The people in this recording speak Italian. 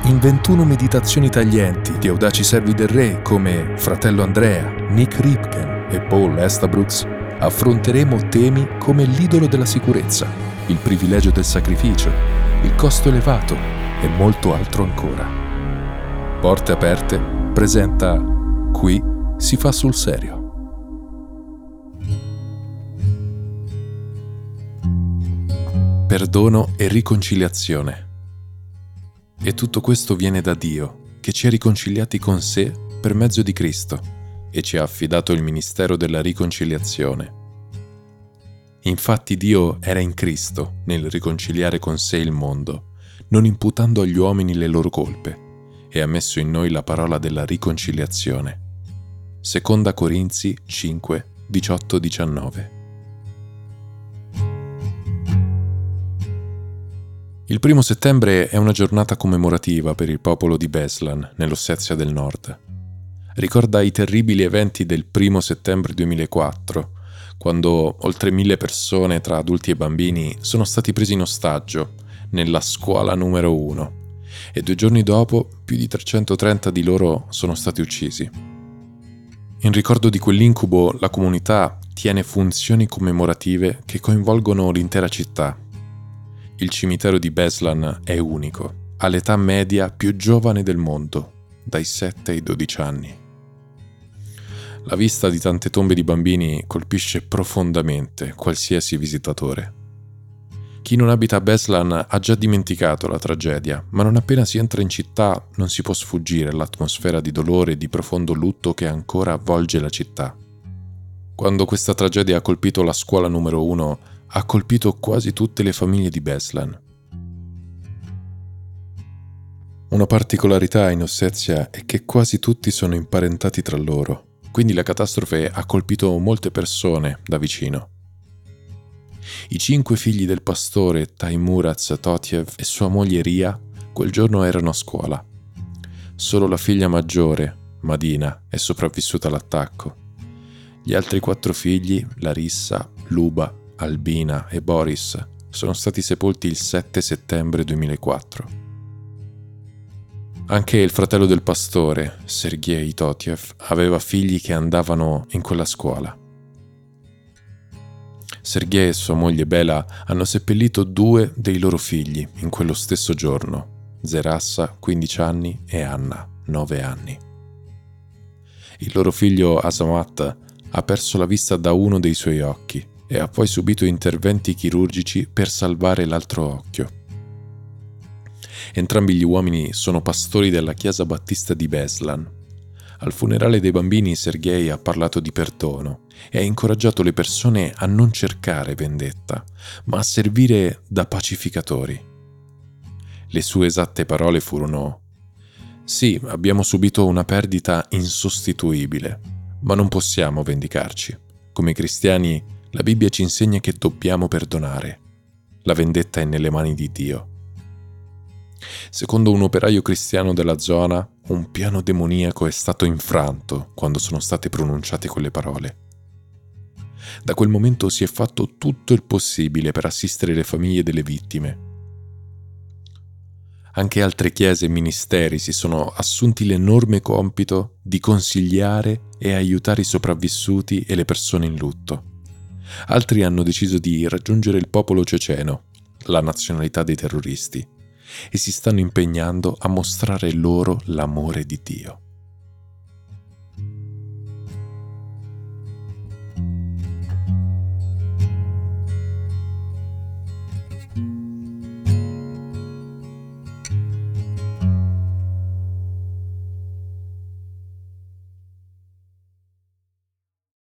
In 21 meditazioni taglienti di audaci servi del re come Fratello Andrea, Nick Ripken e Paul Estabrooks, affronteremo temi come l'idolo della sicurezza, il privilegio del sacrificio, il costo elevato e molto altro ancora. Porte Aperte presenta Qui si fa sul serio. Perdono e riconciliazione. E tutto questo viene da Dio, che ci ha riconciliati con sé per mezzo di Cristo e ci ha affidato il ministero della riconciliazione. Infatti Dio era in Cristo nel riconciliare con sé il mondo, non imputando agli uomini le loro colpe, e ha messo in noi la parola della riconciliazione. Seconda Corinzi 5, 18-19. Il 1 settembre è una giornata commemorativa per il popolo di Beslan, nell'Ossetia del Nord. Ricorda i terribili eventi del 1 settembre 2004, quando oltre 1000 persone tra adulti e bambini sono stati presi in ostaggio nella scuola numero 1 e 2 giorni dopo più di 330 di loro sono stati uccisi. In ricordo di quell'incubo, la comunità tiene funzioni commemorative che coinvolgono l'intera città. Il cimitero di Beslan è unico, ha l'età media più giovane del mondo, dai 7 ai 12 anni. La vista di tante tombe di bambini colpisce profondamente qualsiasi visitatore. Chi non abita a Beslan ha già dimenticato la tragedia, ma non appena si entra in città non si può sfuggire all'atmosfera di dolore e di profondo lutto che ancora avvolge la città. Quando questa tragedia ha colpito la scuola numero 1, ha colpito quasi tutte le famiglie di Beslan. Una particolarità in Ossetia è che quasi tutti sono imparentati tra loro, quindi la catastrofe ha colpito molte persone da vicino. I 5 figli del pastore Taimuraz Totiev e sua moglie Ria quel giorno erano a scuola. Solo la figlia maggiore, Madina, è sopravvissuta all'attacco. Gli altri 4 figli, Larissa, Luba, Albina e Boris, sono stati sepolti il 7 settembre 2004. Anche il fratello del pastore, Sergei Totiev, aveva figli che andavano in quella scuola. Sergei e sua moglie Bela hanno seppellito 2 dei loro figli in quello stesso giorno, Zerassa, 15 anni, e Anna, 9 anni. Il loro figlio Asamat ha perso la vista da uno dei suoi occhi e ha poi subito interventi chirurgici per salvare l'altro occhio. Entrambi gli uomini sono pastori della chiesa battista di Beslan. Al funerale dei bambini Sergei ha parlato di perdono e ha incoraggiato le persone a non cercare vendetta, ma a servire da pacificatori. Le sue esatte parole furono: «Sì, abbiamo subito una perdita insostituibile, ma non possiamo vendicarci. Come cristiani, la Bibbia ci insegna che dobbiamo perdonare. La vendetta è nelle mani di Dio». Secondo un operaio cristiano della zona, un piano demoniaco è stato infranto quando sono state pronunciate quelle parole. Da quel momento si è fatto tutto il possibile per assistere le famiglie delle vittime. Anche altre chiese e ministeri si sono assunti l'enorme compito di consigliare e aiutare i sopravvissuti e le persone in lutto. Altri hanno deciso di raggiungere il popolo ceceno, la nazionalità dei terroristi, e si stanno impegnando a mostrare loro l'amore di Dio.